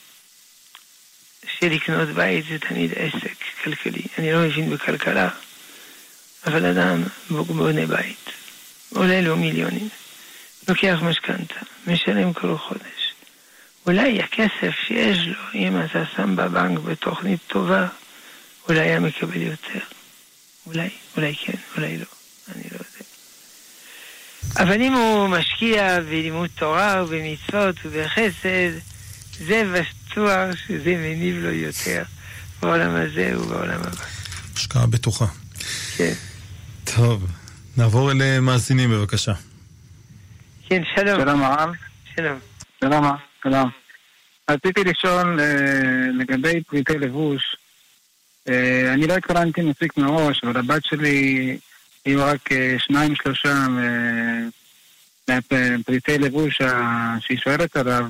שלקנות בית זה תמיד עסק כלכלי. אני לא מבין בכלכלה, אבל אדם בונה בית, עולה לו מיליונים, לוקח משכנתה, משלם כל חודש. אולי הכסף שיש לו, אם אתה שם בבנק בתוכנית טובה, אולי היה מקבל יותר. אולי, אולי כן, אולי לא. אני לא יודע. אבל אם הוא משקיע בלימוד תורה ובמצוות ובחסד, זה בטוח שזה מניב לו יותר בעולם הזה ובעולם הבא. השקעה בטוחה. כן. טוב, נעבור אל מאזינים בבקשה. כן, שלום. שלום הרב. שלום. שלום, שלום. רציתי לשאול לגבי פריטי לבוש. אני לא התכוננתי מספיק מראש, אבל הבת שלי היו רק שניים שלושה פריטי לבוש שהיא שואלת עליו,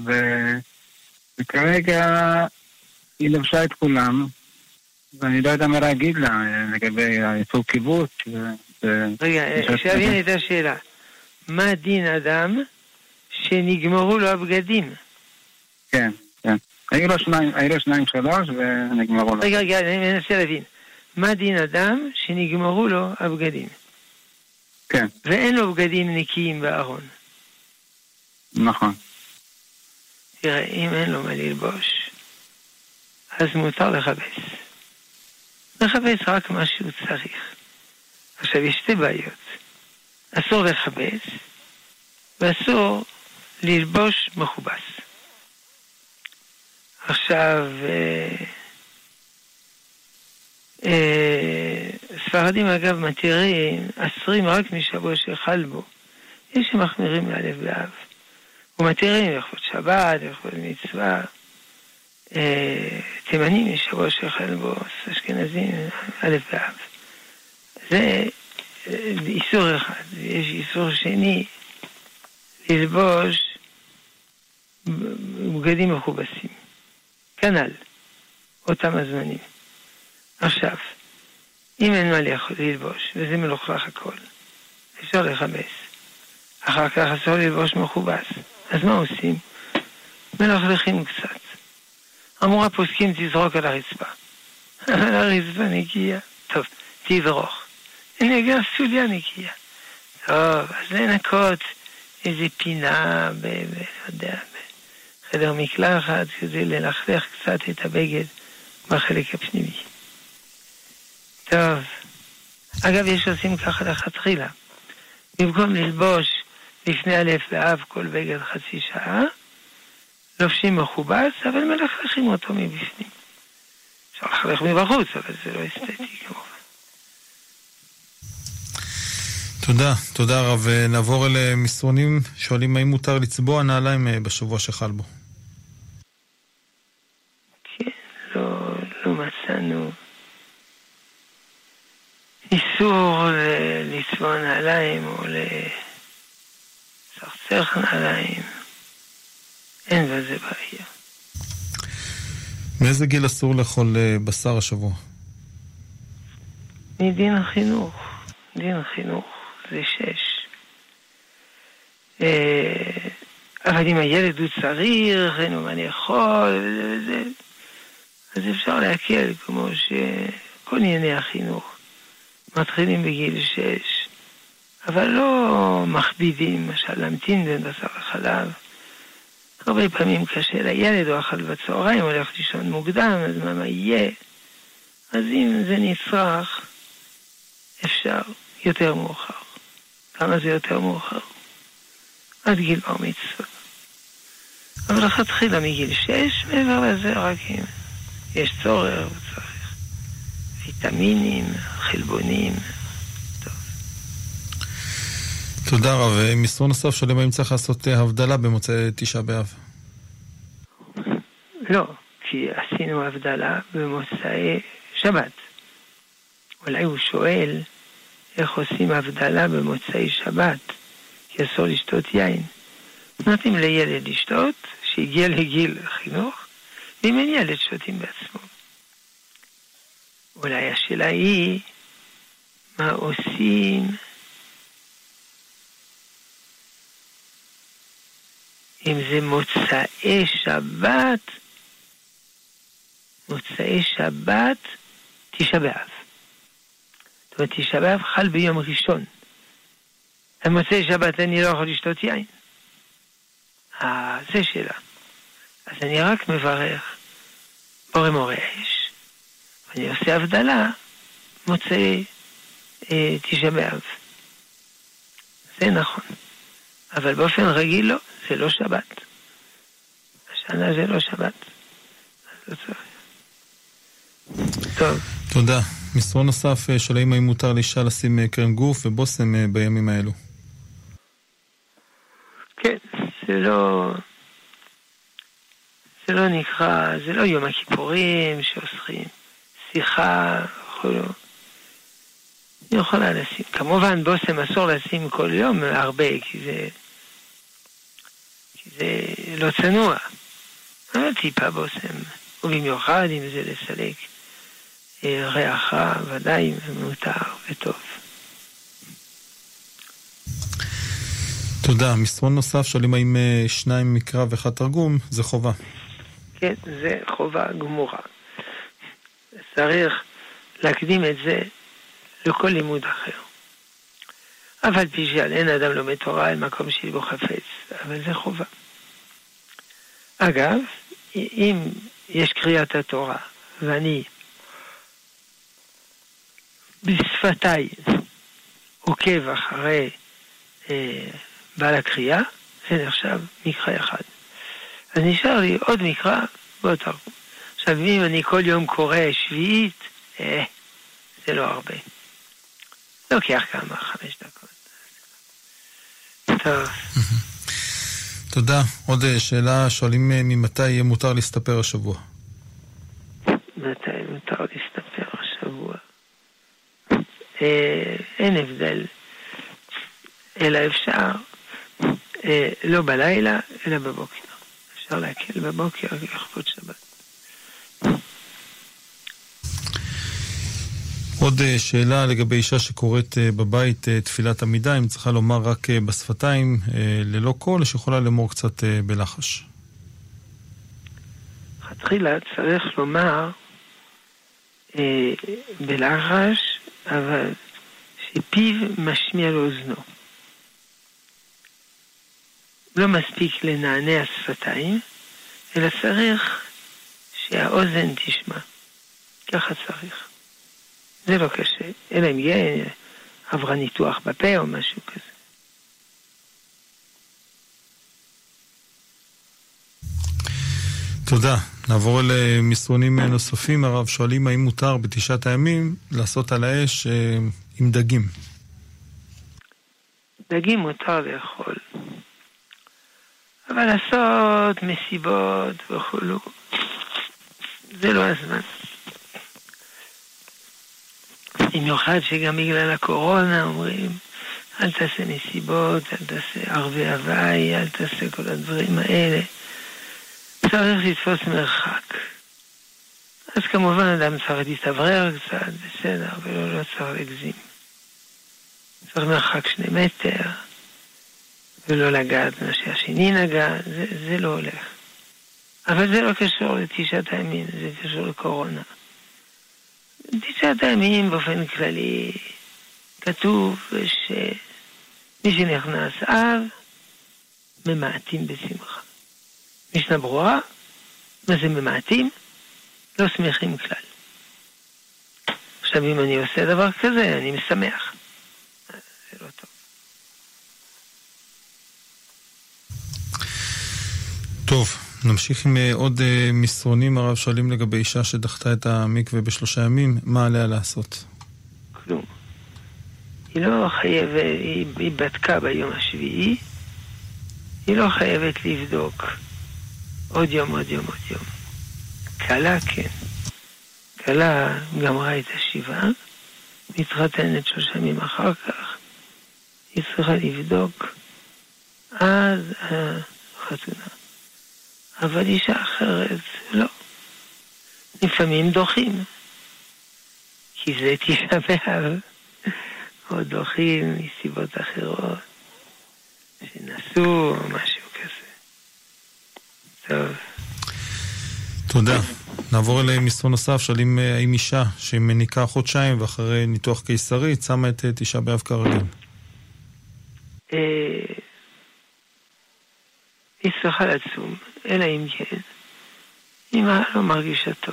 וכרגע היא לבשה את כולם, ואני לא יודע מה להגיד לה לגבי האיסור קיבוץ. רגע, שאבין את השאלה. מה דין אדם שנגמרו לו הבגדים? כן, כן. היו לו שניים, היו לו שניים שלוש ונגמרו לו. רגע, רגע, אני מנסה להבין. מה דין אדם שנגמרו לו הבגדים? כן. ואין לו בגדים נקיים בארון. נכון. תראה, אם אין לו מה ללבוש, אז מותר לחפש. לחפש רק מה שהוא צריך. עכשיו, יש שתי בעיות. אסור לחפש, ואסור ללבוש מכובס. עכשיו, אה, אה, ספרדים אגב מתירים, אסרים רק משבוע שחל בו. יש שמחמירים לאלף באב. ומתירים לכבוד שבת, לכבוד מצווה. אה, תימנים משבוע שחל בו, אשכנזים, אלף באב. זה איסור אחד. יש איסור שני, ללבוש בגדים מכובסים. כנ"ל, אותם הזמנים. עכשיו, אם אין מה ללבוש, וזה מלוכלך הכל, אפשר לחבס. אחר כך אסור ללבוש מכובס. אז מה עושים? מלכלכים קצת. אמרו הפוסקים תזרוק על הרצפה. על הרצפה נקייה. טוב, תזרוך. הנה גם סוליה נקייה. טוב, אז לנקות איזה פינה ב... ב... לא יודע, בחדר מקלחת, כדי ללכלך קצת את הבגד בחלק הפנימי. טוב. אגב, יש עושים ככה לכתחילה. במקום ללבוש לפני אלף לאב כל בגד חצי שעה, לובשים מכובס, אבל מלכלכים אותו מבפנים. אפשר לחלך מבחוץ, אבל זה לא אסתטי כמובן. תודה, תודה רב. נעבור אל מסרונים, שואלים האם מותר לצבוע נעליים בשבוע שחל בו. כן, לא, לא מצאנו איסור לצבוע נעליים או לצחצח נעליים. אין בזה בעיה. מאיזה גיל אסור לאכול בשר השבוע? מדין החינוך. דין החינוך זה שש. אבל אם הילד הוא צעיר, אין לו מה לאכול וזה וזה, אז אפשר להקל, כמו שכל ענייני החינוך מתחילים בגיל שש, אבל לא מכבידים, למשל להמתין בין בשר וחלב. הרבה פעמים קשה לילד, הוא אכל בצהריים, הולך לישון מוקדם, אז מה מה יהיה? אז אם זה נצרך, אפשר יותר מאוחר. כמה זה יותר מאוחר? עד גיל בר מצווה. אבל לכתחילה מגיל שש, מעבר לזה רק אם יש צורך, צריך ויטמינים, חלבונים. טוב. תודה רב. מסרון נוסף שואלים האם צריך לעשות הבדלה במוצאי תשעה באב. לא, כי עשינו הבדלה במוצאי שבת. אולי הוא שואל איך עושים הבדלה במוצאי שבת, כי אסור לשתות יין. נותנים לילד לשתות, שהגיע לגיל חינוך, ואם אין ילד שותים בעצמו. אולי השאלה היא, מה עושים אם זה מוצאי שבת, מוצאי שבת, תשעה באב. זאת אומרת, תשעה באב חל ביום ראשון. במוצאי שבת אני לא יכול לשתות יין. אה, זה שאלה. אז אני רק מברך בורא מורה אש, ואני עושה הבדלה מוצאי אה, תשעה באב. זה נכון. אבל באופן רגיל לא, זה לא שבת. השנה זה לא שבת. אז לא צריך. טוב. תודה. מסרון נוסף שואלים האם מותר לאישה לשים קרם גוף ובושם בימים האלו. כן, זה לא... זה לא נקרא, זה לא יום הכיפורים שעושים שיחה, וכולו. אני יכולה לשים. כמובן, בוסם אסור לשים כל יום הרבה, כי זה... כי זה לא צנוע. אבל טיפה בוסם, ובמיוחד אם זה לסלק ריח רע, ודאי מותר וטוב. תודה. מסרון נוסף, שואלים האם שניים מקרא ואחד תרגום, זה חובה. כן, זה חובה גמורה. צריך להקדים את זה לכל לימוד אחר. אבל פי שעל אין אדם לומד תורה אל מקום שלבו חפץ, אבל זה חובה. אגב, אם יש קריאת התורה, ואני בשפתיי עוקב אחרי אה, בעל הקריאה, זה נחשב מקרא אחד. אז נשאר לי עוד מקרא בוא תרגום. עכשיו, אם אני כל יום קורא שביעית, אה, זה לא הרבה. לוקח כמה, חמש דקות. טוב. תודה. עוד שאלה, שואלים ממתי יהיה מותר להסתפר השבוע? מתי מותר להסתפר השבוע? אה, אין הבדל, אלא אפשר, אה, לא בלילה, אלא בבוקר. אפשר להקל בבוקר לכבוד שבת. עוד שאלה לגבי אישה שקוראת בבית תפילת עמידה, אם צריכה לומר רק בשפתיים ללא קול, שיכולה למור קצת בלחש. התחילה צריך לומר אה, בלחש, אבל שפיו משמיע לאוזנו. לא מספיק לנענע השפתיים, אלא צריך שהאוזן תשמע. ככה צריך. זה לא קשה, אלא אם יהיה עברה ניתוח בפה או משהו כזה. תודה. נעבור אל מסרונים נוספים. הרב, שואלים האם מותר בתשעת הימים לעשות על האש אה, עם דגים. דגים מותר לאכול. אבל לעשות מסיבות וכולו, זה לא הזמן. במיוחד שגם בגלל הקורונה אומרים, אל תעשה מסיבות, אל תעשה ערבי הוואי, אל תעשה כל הדברים האלה. צריך לתפוס מרחק. אז כמובן אדם צריך להתאוורר קצת, בסדר, אבל לא צריך להגזים. צריך מרחק שני מטר, ולא לגעת מה שהשני נגע, זה, זה לא הולך. אבל זה לא קשור לתשעת הימים, זה קשור לקורונה. בתשעת הימים באופן כללי כתוב שמי שנכנס אב ממעטים בשמחה. משנה ברורה, מה זה ממעטים? לא שמחים כלל. עכשיו אם אני עושה דבר כזה, אני משמח. זה לא טוב. טוב, נמשיך עם עוד מסרונים. הרב, שואלים לגבי אישה שדחתה את המקווה בשלושה ימים, מה עליה לעשות? כלום. היא לא חייבת, היא, היא בדקה ביום השביעי, היא לא חייבת לבדוק עוד יום, עוד יום, עוד יום. קלה כן. קלה גמרה את השבעה, מתחתנת שלושה ימים אחר כך, היא צריכה לבדוק עד החתונה. אבל אישה אחרת, לא. לפעמים דוחים. כי זה תשעה באב. או דוחים מסיבות אחרות. שנסו או משהו כזה. טוב. תודה. נעבור אליהם מסרון נוסף, שואלים האם אישה שמניקה חודשיים ואחרי ניתוח קיסרי, שמה את תשעה באב כרגיל. היא צריכה לצום, אלא אם כן, אמא לא מרגישה טוב.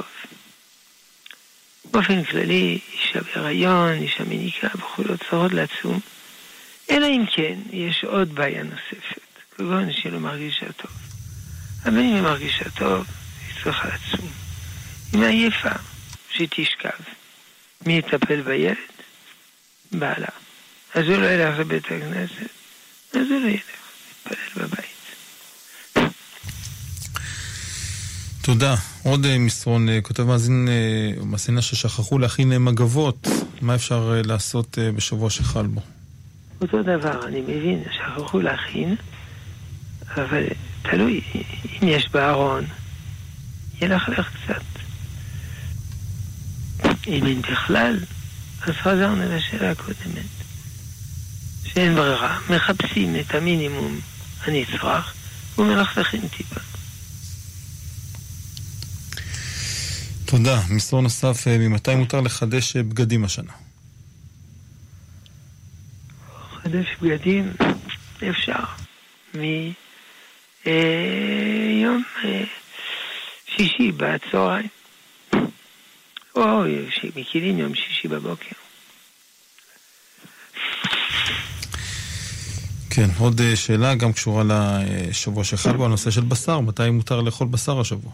באופן כללי, אישה בהיריון, אישה מניקה, בחולות צריכות לצום, אלא אם כן, יש עוד בעיה נוספת, כגון שלא מרגישה טוב. אבל אם היא מרגישה טוב, היא צריכה לצום. אם עייפה, שתשכב. מי יטפל בילד? בעלה. אז הוא לא ילך לבית הכנסת, אז הוא לא ילך. להתפלל בבית. תודה. עוד מסרון, כותב מאזין, מאזינה ששכחו להכין מגבות. מה אפשר לעשות בשבוע שחל בו? אותו דבר, אני מבין, שכחו להכין, אבל תלוי, אם יש בארון, ילך לך קצת. אם אין בכלל, אז חזרנו לשאלה הקודמת. שאין ברירה, מחפשים את המינימום הנצרך, ומלכלכים טיפה. תודה. מסרון נוסף, ממתי מותר לחדש בגדים השנה? חדש בגדים אפשר. מיום שישי בצהריים. או מכילים יום שישי בבוקר. כן, עוד שאלה גם קשורה לשבוע שחל בו, הנושא של בשר. מתי מותר לאכול בשר השבוע?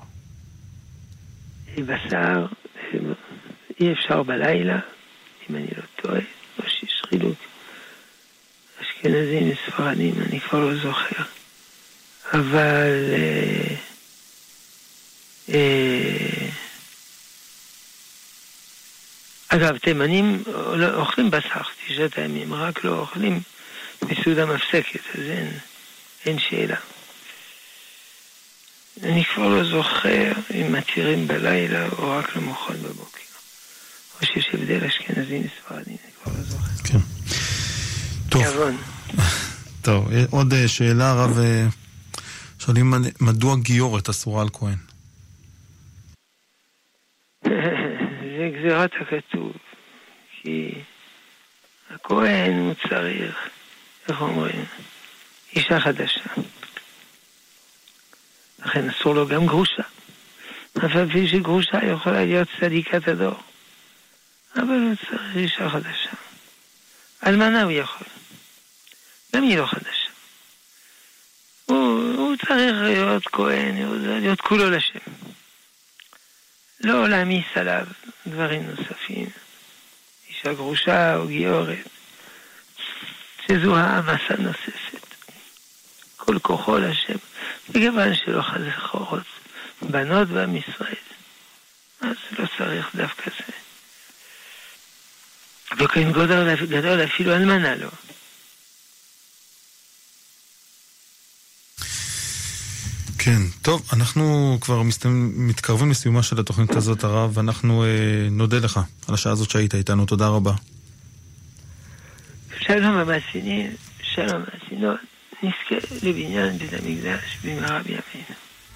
בשר אי אפשר בלילה, אם אני לא טועה, או שיש חילוק אשכנזים וספרדים, אני כבר לא זוכר. אבל אה, אה, אגב, תימנים אוכלים בשר תשעת הימים, רק לא אוכלים בסעודה מפסקת, אז אין, אין שאלה. אני כבר לא זוכר אם מתירים בלילה או רק למחרת בבוקר. או שיש הבדל אשכנזים וספרדים, אני כבר לא זוכר. כן. טוב. כבון. טוב, עוד שאלה, רב, שואלים מדוע גיורת אסורה על כהן? זה גזירת הכתוב, כי הכהן הוא צריך, איך אומרים, אישה חדשה. לכן אסור לו גם גרושה. אבל לפי שגרושה יכולה להיות צדיקת הדור. אבל הוא צריך אישה חדשה. אלמנה הוא יכול. גם היא לא חדשה. הוא, הוא צריך להיות כהן, להיות כולו לשם. לא להמיס עליו דברים נוספים. אישה גרושה או גיורת. שזו העמסה נוספת. כל כוחו לשם. בגלל שלא חזכורות בנות בעם ישראל. אז לא צריך דווקא זה. וכהן גדול, גדול אפילו אלמנה לו. כן, טוב, אנחנו כבר מתקרבים לסיומה של התוכנית הזאת, הרב, ואנחנו אה, נודה לך על השעה הזאת שהיית איתנו. תודה רבה. שלום המאזינים, שלום המאזינות, נזכה לבניין בית המקדש במהרה בימינו.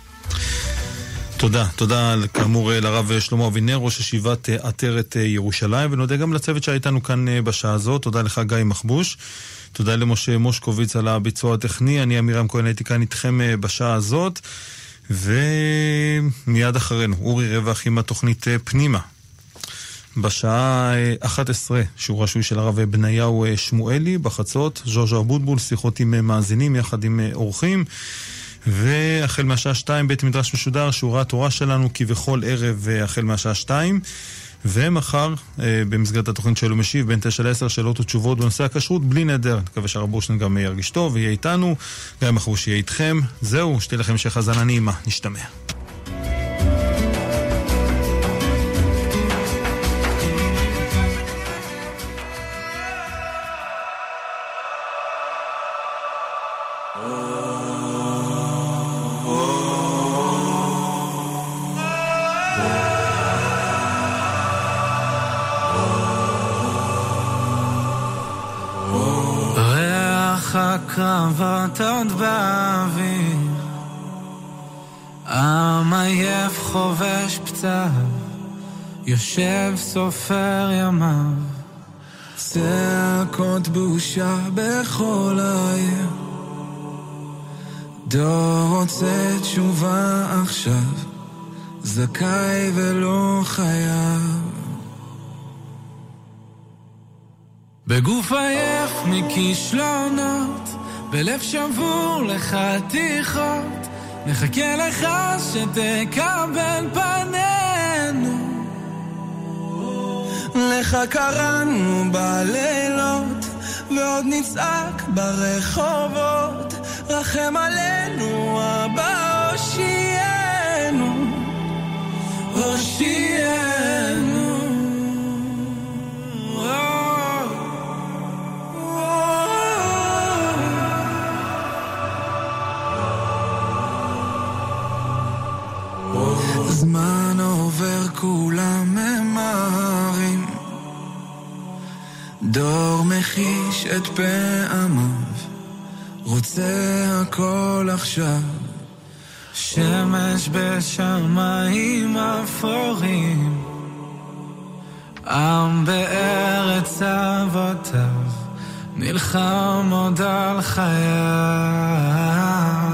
תודה, תודה כאמור לרב שלמה אבינר, ראש ישיבת עטרת ירושלים, ונודה גם לצוות שהיה איתנו כאן בשעה הזאת. תודה לך גיא מחבוש, תודה למשה מושקוביץ על הביצוע הטכני. אני אמירם כהן, הייתי כאן איתכם בשעה הזאת, ומיד אחרינו אורי רווח עם התוכנית פנימה. בשעה אחת עשרה שיעור השבועי של הרב בניהו שמואלי, בחצות ז'וז'ו אבוטבול, שיחות עם מאזינים יחד עם אורחים, והחל מהשעה שתיים בית מדרש משודר, שיעורי התורה שלנו כבכל ערב החל מהשעה שתיים, ומחר במסגרת התוכנית שלו משיב בין תשע לעשר שאלות ותשובות בנושא הכשרות בלי נדר. מקווה שהרב בושן גם ירגיש טוב ויהיה איתנו, גם מחר שיהיה איתכם. זהו, שתהיה לכם שחזנה נעימה, נשתמע. קרבות עוד באוויר, עם עייף חובש פצעיו, יושב סופר ימיו, צעקות בושה בכל העיר, דור רוצה תשובה עכשיו, זכאי ולא חייב. בגוף עייף מכישלונות, בלב שבור לחתיכות, נחכה לך שתקבל פנינו, לך קראנו בלילות ועוד נצעק ברחובות, רחם עלינו אבא הושיענו, הושיענו. זמן עובר כולם ממהרים, דור מחיש את פעמיו, רוצה הכל עכשיו, שמש בשמיים אפורים, עם בארץ אבותיו, נלחם עוד על חייו.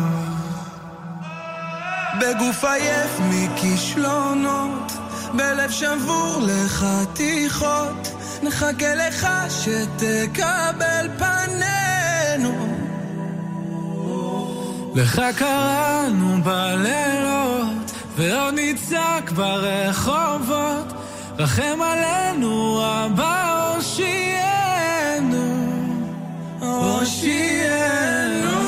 בגוף עייף מכישלונות, בלב שבור לחתיכות, נחכה לך שתקבל פנינו, לך קראנו בלילות ועוד נצעק ברחובות, רחם עלינו אבא הושיענו, הושיענו.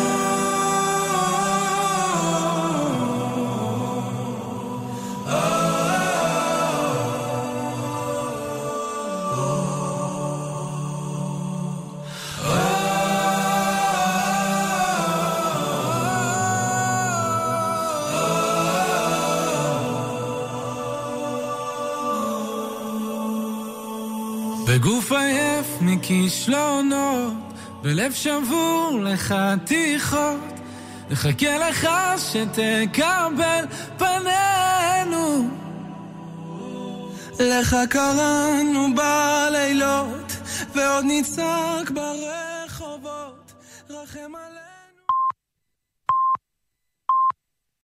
בגוף עייף מכישלונות, בלב שבור לחתיכות, נחכה לך שתקבל פנינו, לך קראנו בלילות ועוד נצעק ברחובות.